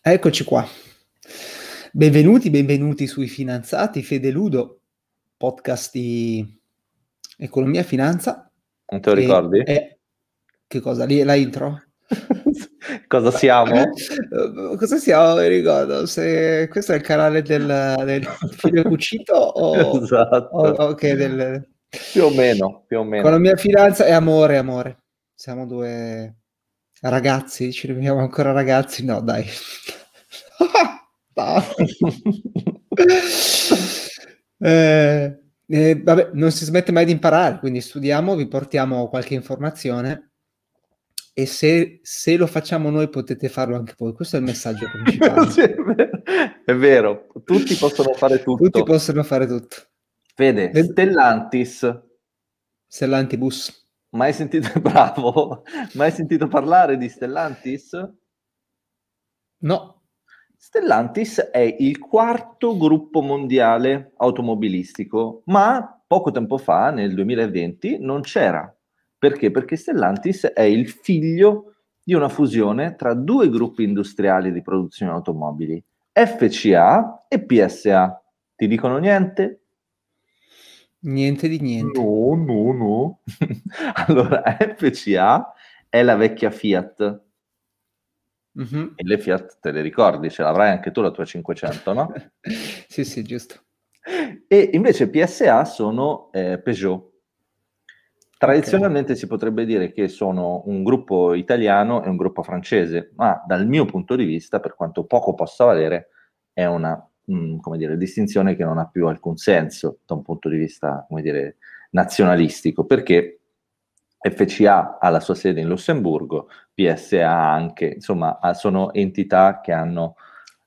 Eccoci qua. Benvenuti sui Finanziati, Fedeludo, podcast di economia e finanza. Non te lo ricordi? Che cosa? Lì è la intro? Cosa siamo? Cosa siamo? Mi ricordo se questo è il canale del filo cucito Esatto. ok, Più o meno. economia e finanza e amore. Siamo due ragazzi, ci ricordiamo ancora ragazzi? No, dai. No. Vabbè, non si smette mai di imparare, quindi studiamo, vi portiamo qualche informazione e se lo facciamo noi potete farlo anche voi. Questo è il messaggio principale. Sì, è vero, tutti possono fare Tutti tutto. possono fare tutto. Fede, Stellantis, Stellantibus. mai sentito, bravo, mai sentito parlare di Stellantis? No. Stellantis è il quarto gruppo mondiale automobilistico, ma poco tempo fa, nel 2020, non c'era. Perché? Perché Stellantis è il figlio di una fusione tra due gruppi industriali di produzione automobili, FCA e PSA. Ti dicono niente? Niente di niente. No. Allora, FCA è la vecchia Fiat. Mhm. E le Fiat te le ricordi, ce l'avrai anche tu la tua 500, no? Sì, giusto. E invece PSA sono Peugeot. Tradizionalmente Ok. si potrebbe dire che sono un gruppo italiano e un gruppo francese, ma dal mio punto di vista, per quanto poco possa valere, è una come dire, distinzione che non ha più alcun senso da un punto di vista, come dire, nazionalistico, perché FCA ha la sua sede in Lussemburgo, PSA anche, insomma, sono entità che hanno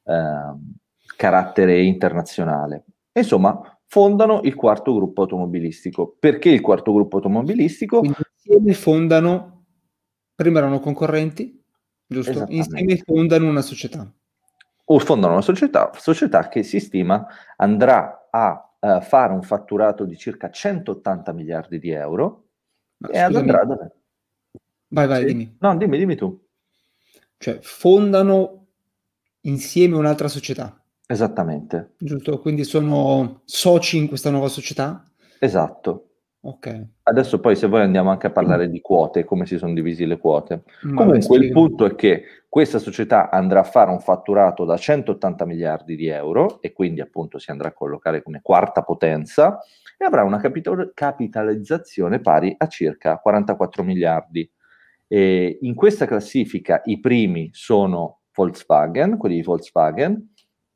carattere internazionale. Insomma, fondano il quarto gruppo automobilistico. Perché il quarto gruppo automobilistico? Quindi insieme fondano, prima erano concorrenti, giusto? Insieme Esattamente. fondano una società. O fondano una società che si stima andrà a fare un fatturato di circa 180 miliardi di euro Ma e scusami, andrà dove? vai, Sì? dimmi. No, dimmi tu. Cioè, fondano insieme un'altra società, Esattamente. giusto? Quindi sono soci in questa nuova società? Esatto. Ok. Adesso poi se vuoi andiamo anche a parlare di quote, come si sono divisi le quote. Vabbè, Comunque il spiegami. punto è che questa società andrà a fare un fatturato da 180 miliardi di euro e quindi appunto si andrà a collocare come quarta potenza e avrà una capitalizzazione pari a circa 44 miliardi. E in questa classifica i primi sono Volkswagen, quelli di Volkswagen,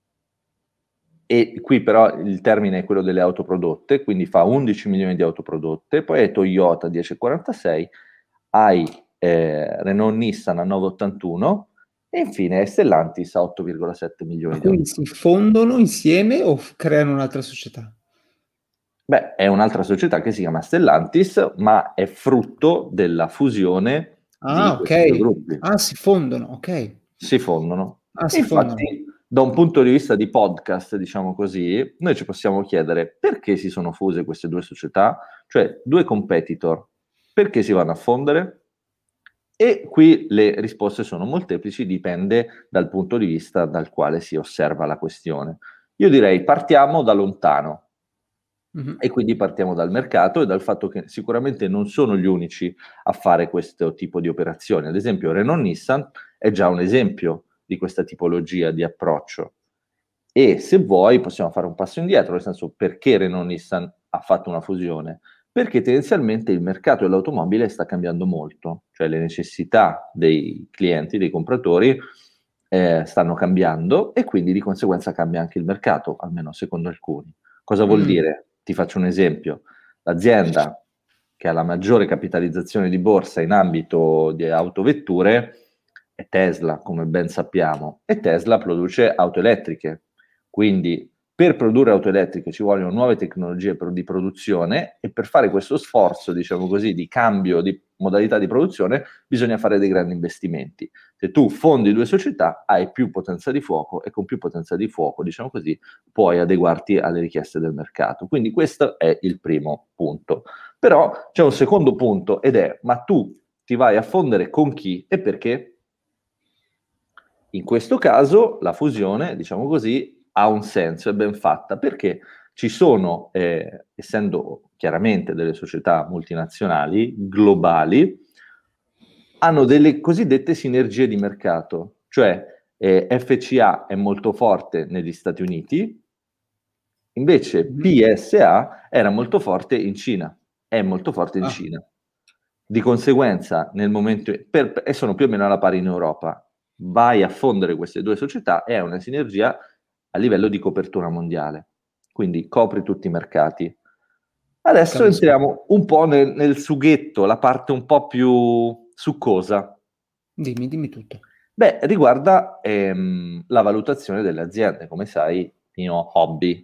e qui però il termine è quello delle autoprodotte, quindi fa 11 milioni di autoprodotte, poi hai Toyota 10,46, hai Renault Nissan a 9,81 e infine Stellantis a 8,7 Ma milioni di quindi si autoprodotte. fondono insieme o creano un'altra società? Beh, è un'altra società che si chiama Stellantis, ma è frutto della fusione di Ah, questi due ok. gruppi. Ah, si fondono, ok. Si fondono. Ah, E si fondono. infatti, da un punto di vista di podcast, diciamo così, noi ci possiamo chiedere perché si sono fuse queste due società, cioè due competitor, perché si vanno a fondere? E qui le risposte sono molteplici, dipende dal punto di vista dal quale si osserva la questione. Io direi partiamo da lontano. Mhm. E quindi partiamo dal mercato e dal fatto che sicuramente non sono gli unici a fare questo tipo di operazioni. Ad esempio, Renault Nissan è già un esempio di questa tipologia di approccio. E se vuoi possiamo fare un passo indietro, nel senso perché Renault Nissan ha fatto una fusione? Perché tendenzialmente il mercato dell'automobile sta cambiando molto, cioè le necessità dei clienti, dei compratori stanno cambiando e quindi di conseguenza cambia anche il mercato, almeno secondo alcuni. Cosa vuol Mm. dire? Ti faccio un esempio. L'azienda che ha la maggiore capitalizzazione di borsa in ambito di autovetture è Tesla, come ben sappiamo, e Tesla produce auto elettriche. Quindi per produrre auto elettriche ci vogliono nuove tecnologie di produzione e per fare questo sforzo, diciamo così, di cambio di modalità di produzione bisogna fare dei grandi investimenti. Se tu fondi due società hai più potenza di fuoco e con più potenza di fuoco, diciamo così, puoi adeguarti alle richieste del mercato. Quindi questo è il primo punto. Però c'è un secondo punto ed è, ma tu ti vai a fondere con chi e perché? In questo caso la fusione, diciamo così, ha un senso, è ben fatta, perché ci sono, essendo chiaramente delle società multinazionali, globali, hanno delle cosiddette sinergie di mercato, cioè FCA è molto forte negli Stati Uniti, invece Mhm. PSA era molto forte in Cina, è molto forte in Ah, Cina. Di conseguenza, nel momento, e sono più o meno alla pari in Europa, vai a fondere queste due società e è una sinergia a livello di copertura mondiale. Quindi copri tutti i mercati. Adesso capisco. entriamo un po' nel sughetto, la parte un po' più succosa. Dimmi tutto. Beh, riguarda la valutazione delle aziende, come sai, il mio hobby.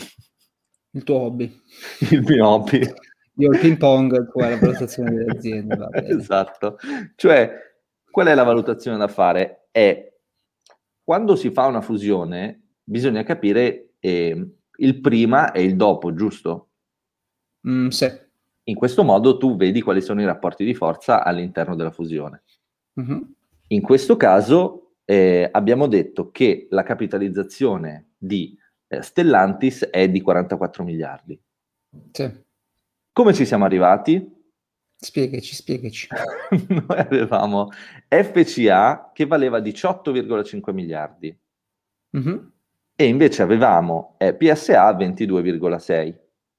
Il tuo hobby. Il mio hobby. Io il ping pong, tu hai la valutazione delle aziende, va bene. Esatto. Cioè, qual è la valutazione da fare? È quando si fa una fusione, bisogna capire il prima e il dopo, giusto? Sì. In questo modo tu vedi quali sono i rapporti di forza all'interno della fusione. Mhm. In questo caso abbiamo detto che la capitalizzazione di Stellantis è di 44 miliardi. Sì. Come ci siamo arrivati? Spiegaci. Noi avevamo FCA che valeva 18,5 miliardi Mhm. e invece avevamo PSA 22,6.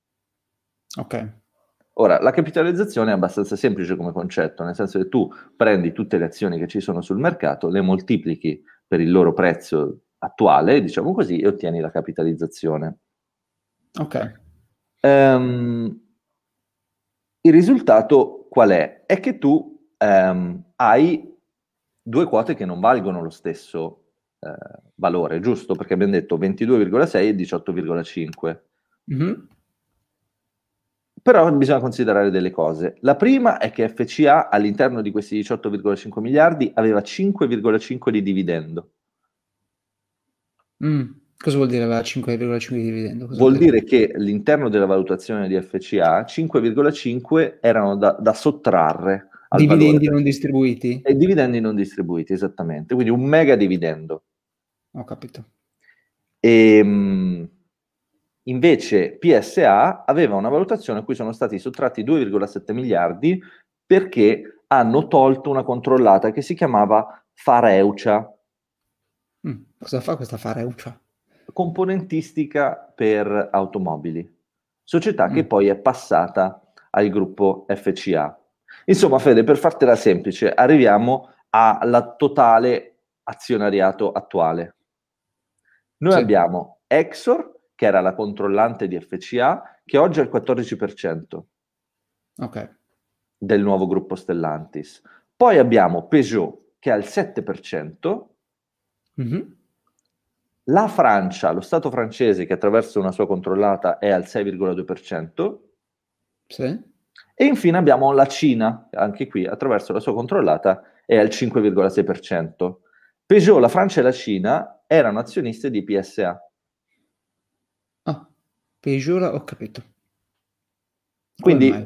Ok. Ora, la capitalizzazione è abbastanza semplice come concetto, nel senso che tu prendi tutte le azioni che ci sono sul mercato, le moltiplichi per il loro prezzo attuale, diciamo così, e ottieni la capitalizzazione. Ok. Ehm, il risultato qual è? È che tu hai due quote che non valgono lo stesso valore, giusto? Perché abbiamo detto 22,6 e 18,5. Mhm. Però bisogna considerare delle cose. La prima è che FCA all'interno di questi 18,5 miliardi aveva 5,5 di dividendo. Cosa vuol dire aveva 5,5 di dividendo? Cosa vuol Vuol dire? dire che all'interno della valutazione di FCA 5,5 erano da sottrarre al valore Dividendi non distribuiti? e dividendi non distribuiti, esattamente. Quindi un mega dividendo. Ho capito. Invece PSA aveva una valutazione a cui sono stati sottratti 2,7 miliardi perché hanno tolto una controllata che si chiamava Fareucia, Cosa fa questa Fareuccia? componentistica per automobili, società che Mm. poi è passata al gruppo FCA. Insomma, Fede, per fartela semplice, arriviamo alla totale azionariato attuale. Noi Sì, abbiamo Exor, che era la controllante di FCA, che oggi ha il 14% ok. del nuovo gruppo Stellantis. Poi abbiamo Peugeot, che ha il 7%, Mhm. la Francia, lo Stato francese, che attraverso una sua controllata è al 6,2%, Sì. e infine abbiamo la Cina, anche qui attraverso la sua controllata è al 5,6%. Peugeot, la Francia e la Cina erano azioniste di PSA. Ah, Peugeot, ho capito. Come mai? Quindi,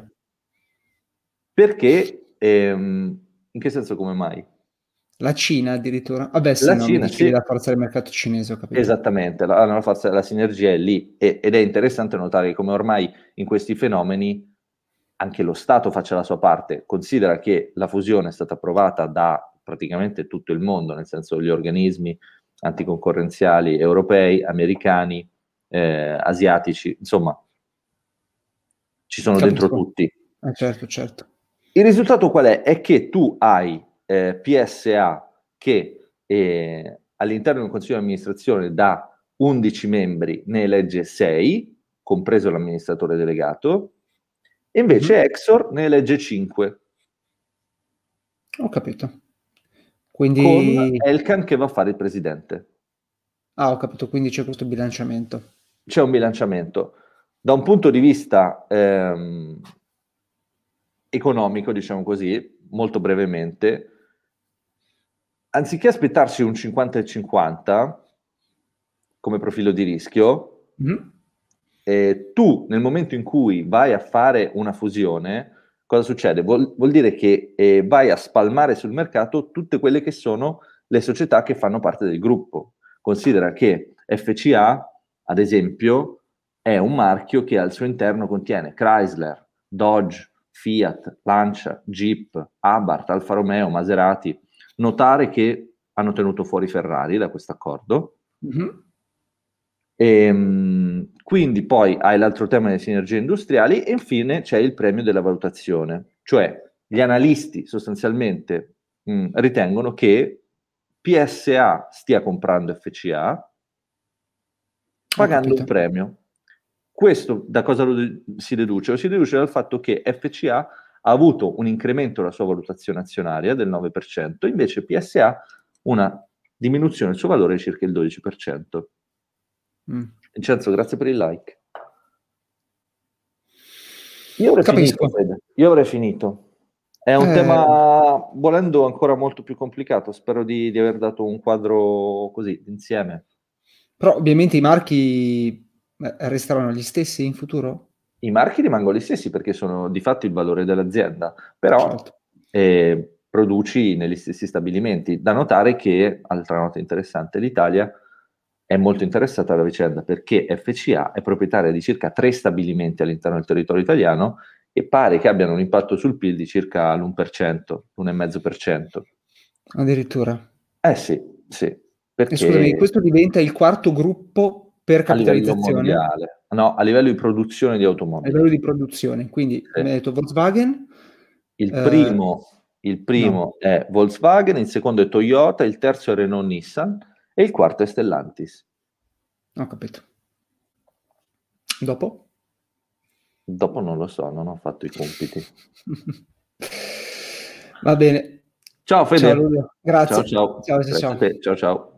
perché, in che senso come mai? La Cina addirittura? Vabbè, sì, La no, mi Cina, dicevi sì, la forza del mercato cinese, ho capito. esattamente, la sinergia è lì ed è interessante notare come ormai in questi fenomeni anche lo Stato faccia la sua parte. Considera che la fusione è stata approvata da praticamente tutto il mondo, nel senso gli organismi anticoncorrenziali europei, americani, asiatici, insomma, ci sono dentro Capisco. tutti. Certo, certo. Il risultato qual è? È che tu hai PSA che all'interno del consiglio di amministrazione da 11 membri ne elegge 6, compreso l'amministratore delegato, e invece Mhm. Exor ne elegge 5, Ho capito. con Quindi, Elkan che va a fare il presidente. ho capito, quindi c'è questo bilanciamento. C'è un bilanciamento. Da un punto di vista economico, diciamo così, molto brevemente, anziché aspettarci un 50 e 50 come profilo di rischio, Mhm. tu nel momento in cui vai a fare una fusione, cosa succede? Vuol dire che vai a spalmare sul mercato tutte quelle che sono le società che fanno parte del gruppo. Considera che FCA, ad esempio, è un marchio che al suo interno contiene Chrysler, Dodge, Fiat, Lancia, Jeep, Abarth, Alfa Romeo, Maserati. Notare che hanno tenuto fuori Ferrari da questo accordo. Mhm. Quindi poi hai l'altro tema delle sinergie industriali e infine c'è il premio della valutazione, cioè gli analisti sostanzialmente ritengono che PSA stia comprando FCA Ho pagando un capito. premio. Questo da cosa si deduce? Lo si deduce dal fatto che FCA ha avuto un incremento della sua valutazione azionaria del 9%, invece PSA una diminuzione del suo valore di circa il 12%. Vincenzo, grazie per il like. Io avrei Capisco. finito, Fede. Io avrei finito. È un tema, volendo, ancora molto più complicato. Spero di aver dato un quadro così, insieme. Però ovviamente i marchi resteranno gli stessi in futuro? I marchi rimangono gli stessi perché sono di fatto il valore dell'azienda, però Certo. produci negli stessi stabilimenti. Da notare che, altra nota interessante, l'Italia è molto interessata alla vicenda perché FCA è proprietaria di circa 3 stabilimenti all'interno del territorio italiano e pare che abbiano un impatto sul PIL di circa l'1%, l'1,5%. Addirittura. Sì, sì, E scusami, perché questo diventa il quarto gruppo per a livello capitalizzazione mondiale, no, a livello di produzione di a automobili. livello di produzione. Quindi Sì. mi hai detto Volkswagen? Il Eh, no, primo è Volkswagen, il secondo è Toyota, il terzo è Renault Nissan e il quarto è Stellantis. ho capito. Dopo? Dopo non lo so, non ho fatto i compiti. Va bene. Ciao Ciao Fede. Ludo, Ciao grazie. ciao. Ciao, ciao, Grazie a ciao. te. Ciao ciao.